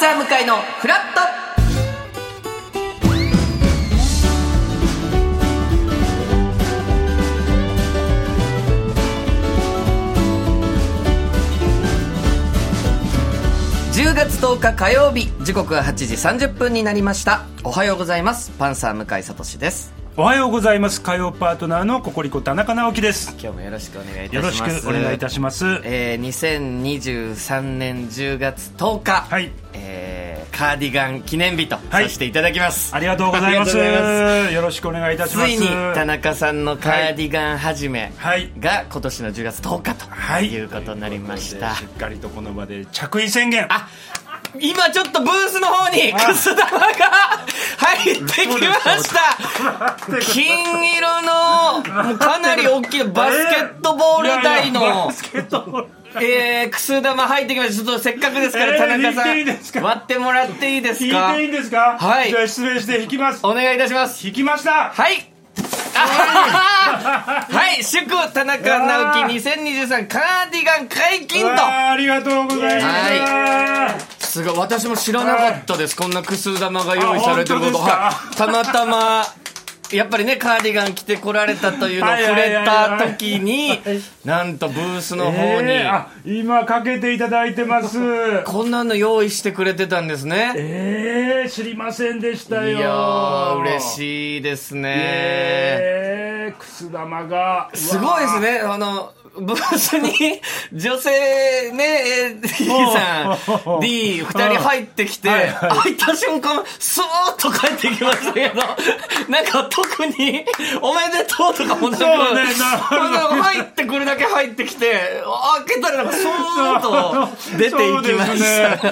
サー向井のフラット。10月10日火曜日、時刻は8時30分になりました。おはようございます。パンサー向井聡です。 おはようございます。火曜パートナーのココリコ田中直樹です。 今日もよろしくお願いいたします。 よろしくお願いいたします。 2023年10月10日、 はい、 カーディガン記念日とさせていただきます、 ありがとうございます。よろしくお願いいたします。 ついに田中さんのカーディガン始めが今年の10月10日ということになりました、 しっかりとこの場で着衣宣言。 今ちょっとブースの方にくす玉が入ってきました。金色のもうかなり大きいバスケットボール台のくす玉入ってきました。ちょっとせっかくですから田中さん割ってもらっていいですか。 引いていいんですか。 はい、 じゃあ失礼して引きます。 お願いいたします。 引きました。 はい、はい、祝田中直樹2023カーディガン解禁と。 ありがとうございます。 はい、すごい。私も知らなかったです、こんなくす玉が用意されてること。たまたまやっぱりね、カーディガン着てこられたというのを触れた時に、なんとブースの方に、 今かけていただいてます。 こんなの用意してくれてたんですね。 知りませんでしたよ。 いやー、嬉しいですね。 くす玉がすごいですね。ブースに女性ね、D さん D2 人入ってきて、入った瞬間スーッと帰ってきましたけど、なんか特におめでとうとかもなく、入ってくるだけ入ってきて、開けたらなんかスーッと出ていきました。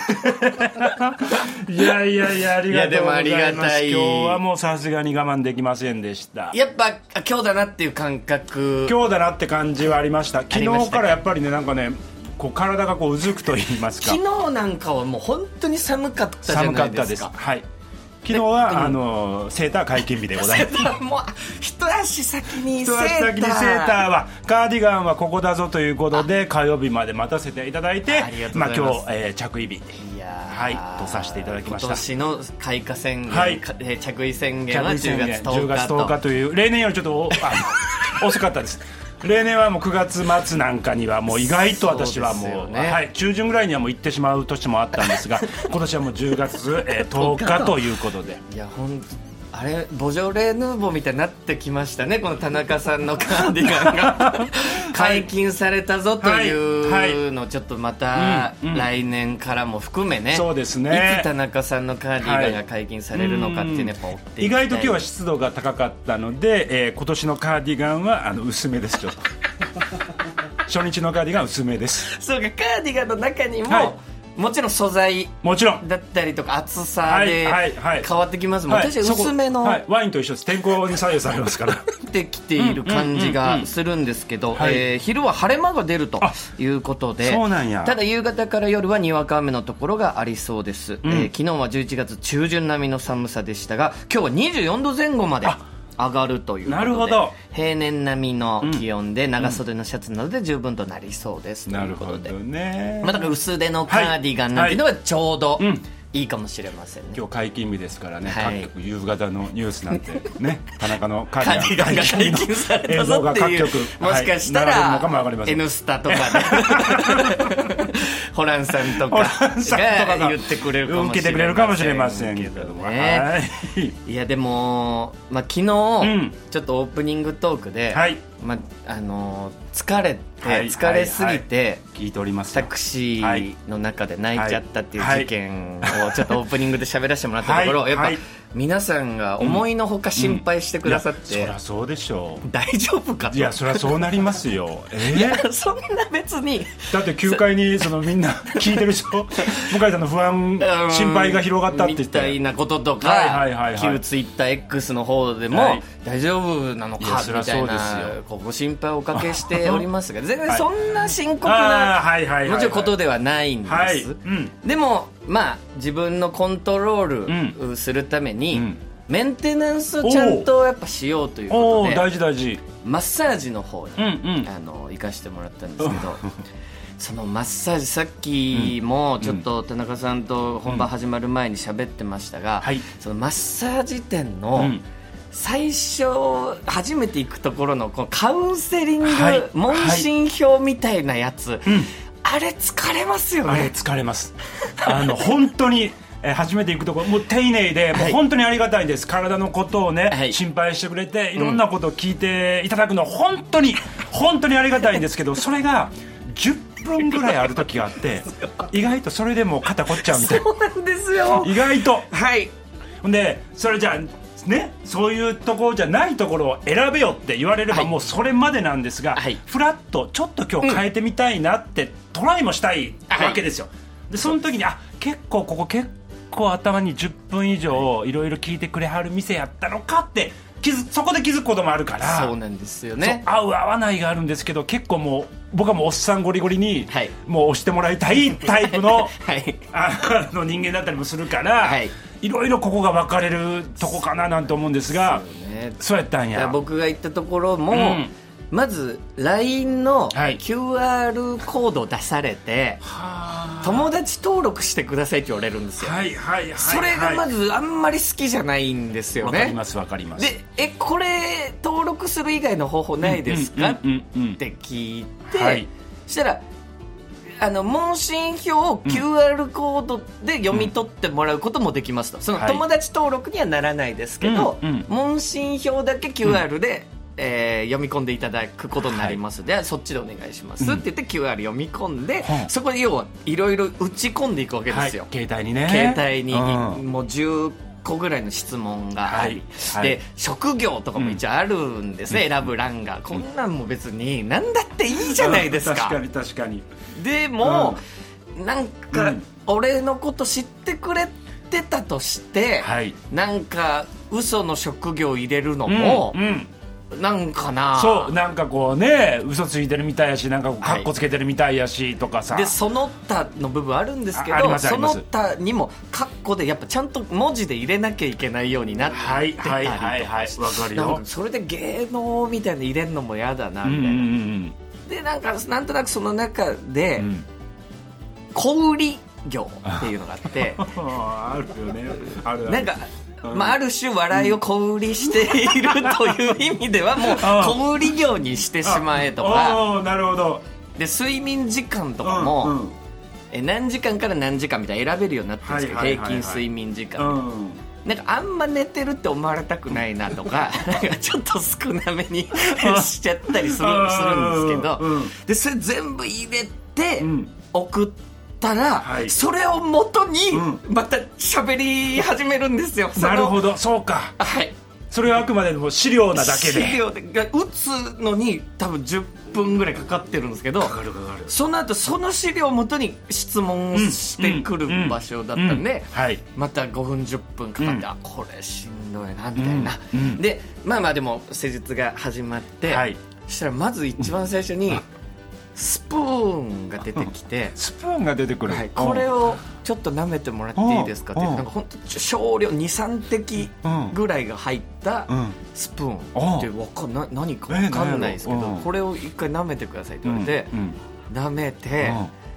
いやいやいや、ありがとうございます。 いやでもありがたい。 今日はもうさすがに我慢できませんでした。 やっぱ今日だなっていう感覚、 今日だなって感じはありました。昨日からやっぱりね、なんかね、こう体がこううずくと言いますか。 昨日なんかはもう本当に寒かったじゃないですか。 寒かったです。はい。昨日はセーター解禁日でございます。 もう一足先にセーター。 一足先にセーターはカーディガンはここだぞということで火曜日まで待たせていただいて、今日、着衣日とさせていただきました。 今年の開花宣言、着衣宣言は10月 10月10日という、例年よりちょっと遅かったです。例年はもう9月末なんかにはもう意外と私はもう、中旬ぐらいにはもう行ってしまう年もあったんですが、今年はもう10月10日ということで。いや本当あれボジョレ・ヌーボーみたいになってきましたね。この田中さんのカーディガンが解禁されたぞというのをちょっとまた来年からも含めね、 そうですね、 いつ田中さんのカーディガンが解禁されるのかっていうのやっぱ追っていきたい。 意外と今日は湿度が高かったので、今年のカーディガンは薄めです。ちょっと初日のカーディガン薄めです。 そうか、カーディガンの中にも、もちろん素材だったりとか厚さで変わってきますもん。私は薄めの、 ワインと一緒です。天候に左右されますからできている感じがするんですけど、昼は晴れ間が出るということで、ただ夕方から夜はにわか雨のところがありそうです。昨日は11月中旬並みの寒さでしたが、今日は24度前後まで上がるということで、平年並みの気温で長袖のシャツなどで十分となりそうですということで、だから薄手のカーディガンなんていうのはちょうどいいかもしれませんね。 今日解禁日ですからね、各局夕方のニュースなんてね、田中のカーディガンが解禁されたぞっていう、 もしかしたら N スタとかでホランさんとかが言ってくれるかもしれませんけどね。いやでも、昨日ちょっとオープニングトークで、疲れすぎて聞いております。 タクシーの中で泣いちゃったっていう事件をちょっとオープニングで喋らせてもらったところ、やっぱ皆さんが思いのほか心配してくださって、 そりゃそうでしょう、 大丈夫かと。いやそりゃそうなりますよ。 いやそんな別に、 だって9階にみんな聞いてる人向井さんの不安心配が広がったって言ってみたいなこととか、旧ツイッター X の方でも大丈夫なのかみたいなご心配をおかけしておりますが、全然そんな深刻なもちろんことではないんです、でも自分のコントロールするために、 メンテナンスをちゃんとやっぱしようということで、 大事大事、 マッサージの方に、行かしてもらったんですけどそのマッサージ、さっきもちょっと田中さんと本番始まる前に喋ってましたが、そのマッサージ店の最初初めて行くところのこのカウンセリング、問診票みたいなやつ、あれ疲れますよね。 あれ疲れます本当に初めて行くところもう丁寧で、もう本当にありがたいんです。体のことをね、心配してくれていろんなことを聞いていただくのは本当にありがたいんですけど、それが10分ぐらいある時があって意外とそれでも肩凝っちゃうみたいな。 そうなんですよ、 意外と。ほんでそれじゃあね、そういうところじゃないところを選べよって言われればもうそれまでなんですが、フラッとちょっと今日変えてみたいなってトライもしたいわけですよ。でその時に結構ここ結構頭に10分以上いろいろ聞いてくれはる店やったのかってそこで気づくこともあるから。 そうなんですよね。 合う合わないがあるんですけど、結構もう僕はもうおっさんゴリゴリにもう押してもらいたいタイプの人間だったりもするから、いろいろここが分かれるとこかななんて思うんですが、そうやったんや。 僕が行ったところも、まず LINE の QR コードを出されて、友達登録してくださいって言われるんですよ。それがまずあんまり好きじゃないんですよね。 わかります。 でこれ登録する以外の方法ないですかって聞いて、そしたら問診票を QR コードで読み取ってもらうこともできますと。その友達登録にはならないですけど、問診票だけ QR で、読み込んでいただくことになりますので、そっちでお願いしますって言って QR 読み込んで、そこで要はいろいろ打ち込んでいくわけですよ、 携帯にね。 携帯にもう10個ぐらいの質問があり、で職業とかも一応あるんですね、選ぶ欄が。こんなんも別に何だっていいじゃないですか。 確かに。 でも、なんか俺のこと知ってくれてたとして、なんか嘘の職業入れるのも、なんかな、 そうなんかこうね、嘘ついてるみたいやし、なんかカッコつけてるみたいやしとかさ、 でその他の部分あるんですけど、その他にもカッコでやっぱちゃんと文字で入れなきゃいけないようになってたりとかして、 わかるよ。 それで芸能みたいな入れるのも嫌だなみたいな。でなんとなくその中で、小売業っていうのがあってあるよね。 なんかある種笑いを小売りしているという意味ではもう小売業にしてしまえとか。 なるほど。 で睡眠時間とかも、何時間から何時間みたいな選べるようになってるんですけど、平均睡眠時間、なんかあんま寝てるって思われたくないなとかなんかちょっと少なめにしちゃったりするんですけど、でそれ全部入れて送ったら、それを元にまた喋り始めるんですよ。 なるほど、そうか。それはあくまでも資料なだけで、 資料で打つのに多分10分ぐらいかかってるんですけど、その後その資料を元に質問してくる場所だったんで、また5分10分かかって、これしんどいなみたいな、でまあでも施術が始まって、そしたらまず一番最初にスプーンが出てきて、 スプーンが出てくる、 これをちょっと舐めてもらっていいですかって、なんか本当少量 2,3 滴ぐらいが入ったスプーンって何か分かんないですけど、これを一回舐めてくださいって言われて、舐めて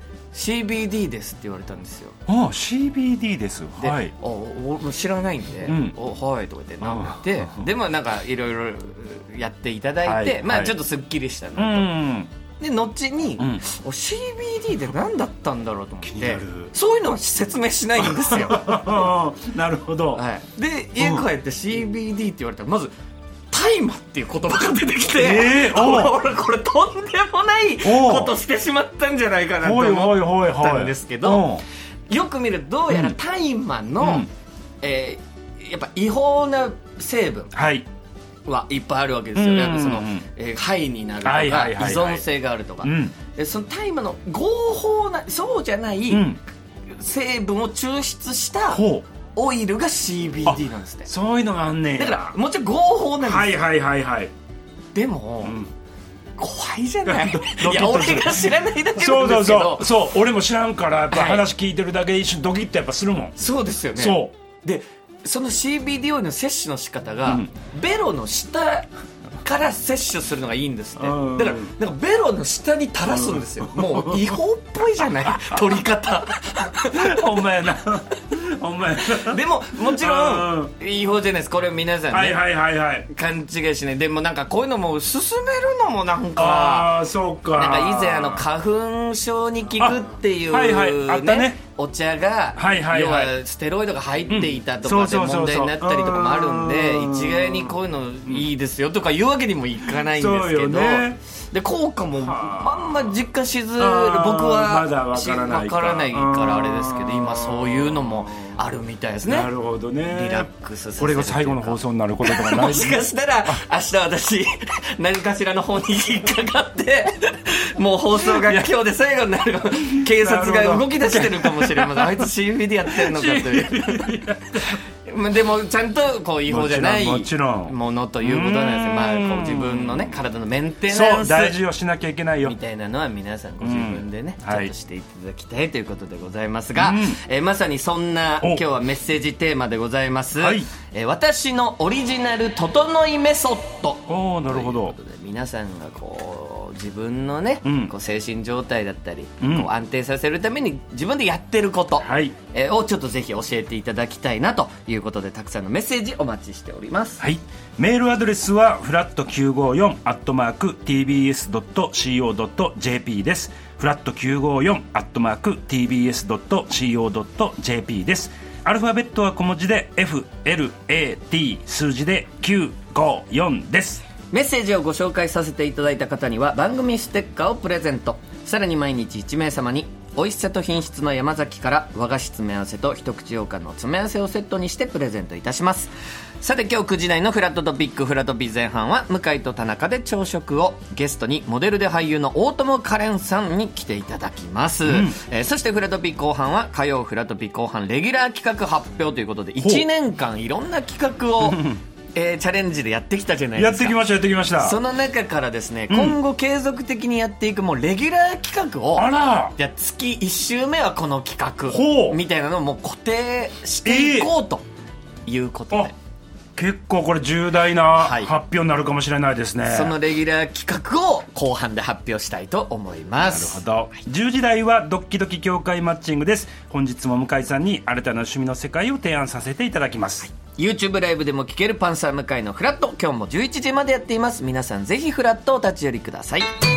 CBD ですって言われたんですよ。 CBD です。 で、知らないんで、はいとか言って舐めて、でもなんかいろいろやっていただいて、まあちょっとすっきりしたなと。で後に、CBD って何だったんだろうと思って、そういうのは説明しないんですよ。 なるほど。 で家帰って CBD って言われたらまず大麻っていう言葉が出てきて、俺これとんでもないことしてしまったんじゃないかなと思ったんですけど、よく見るとどうやら大麻の、やっぱ違法な成分はいっぱいあるわけですよ。その肺になるとか依存性があるとか、その大麻の合法なそうじゃない成分を抽出したオイルが CBD なんですね。 そういうのがあんねん。 だからもちろん合法なんですよ。でも、怖いじゃない。いや俺が知らないだけなんですけど、 そう俺も知らんからやっぱ話聞いてるだけで一瞬ドキッとやっぱするもん。 そうですよね。でその CBD オイルの摂取の仕方が、ベロの下から摂取するのがいいんですって。だからなんかベロの下に垂らすんですよ。もう違法っぽいじゃない取り方。 ほんまやな。ほんまやな。 でももちろん違法じゃないです。これ皆さんね、勘違いしない。でもなんかこういうのも進めるのもなんか、 そうか。 なんか以前花粉症に効くっていうねお茶が、要はステロイドが入っていたとかで問題になったりとかもあるんで、一概にこういうのいいですよとか言うわけにもいかないんですけど、で効果もあんま実感しず、僕はまだわからないからあれですけど、今そういうのもあるみたいですね。 なるほどね。 リラックスさせる。 これが最後の放送になることとかない。 もしかしたら明日私何かしらの方に引っかかってもう放送が今日で最後になる。警察が動き出してるかもしれません。あいつ CBD やってるのかというでもちゃんとこう違法じゃないものということなんですよ。まあ、こう自分のね体のメンテナンス大事をしなきゃいけないよみたいなのは皆さんご自分でね、ちょっとしていただきたいということでございますが、まさにそんな今日はメッセージテーマでございます、私のオリジナル整いメソッド。 なるほど。 ということで皆さんがこう自分のね、こう精神状態だったり、こう安定させるために自分でやってること、をちょっとぜひ教えていただきたいなということで、たくさんのメッセージお待ちしております。 メールアドレスはフラット954 @tbs.co.jp です。フラット954 @tbs.co.jp です。アルファベットは小文字で FLAT 数字で954です。 メッセージをご紹介させていただいた方には番組ステッカーをプレゼント。さらに毎日1名様に美味しさと品質の山崎から和菓子詰め合わせと一口羊羹の詰め合わせをセットにしてプレゼントいたします。さて今日9時台のフラットトピックフラトピ前半は向井と田中で朝食を、ゲストにモデルで俳優の大友花恋さんに来ていただきます、そしてフラトピ後半は火曜フラトピ後半レギュラー企画発表ということで、1年間いろんな企画をチャレンジでやってきたじゃないですか。 やってきました。 その中からですね、今後継続的にやっていくもうレギュラー企画を、じゃあ月1週目はこの企画みたいなのをもう固定していこうということで、 結構これ重大な発表になるかもしれないですね、 そのレギュラー企画を後半で発表したいと思います。 なるほど、10時台はドッキドキ協会マッチングです。本日も向井さんに新たな趣味の世界を提案させていただきます、 YouTube ライブでも聴けるパンサー向井のフラット、今日も11時までやっています。皆さんぜひフラットお立ち寄りください。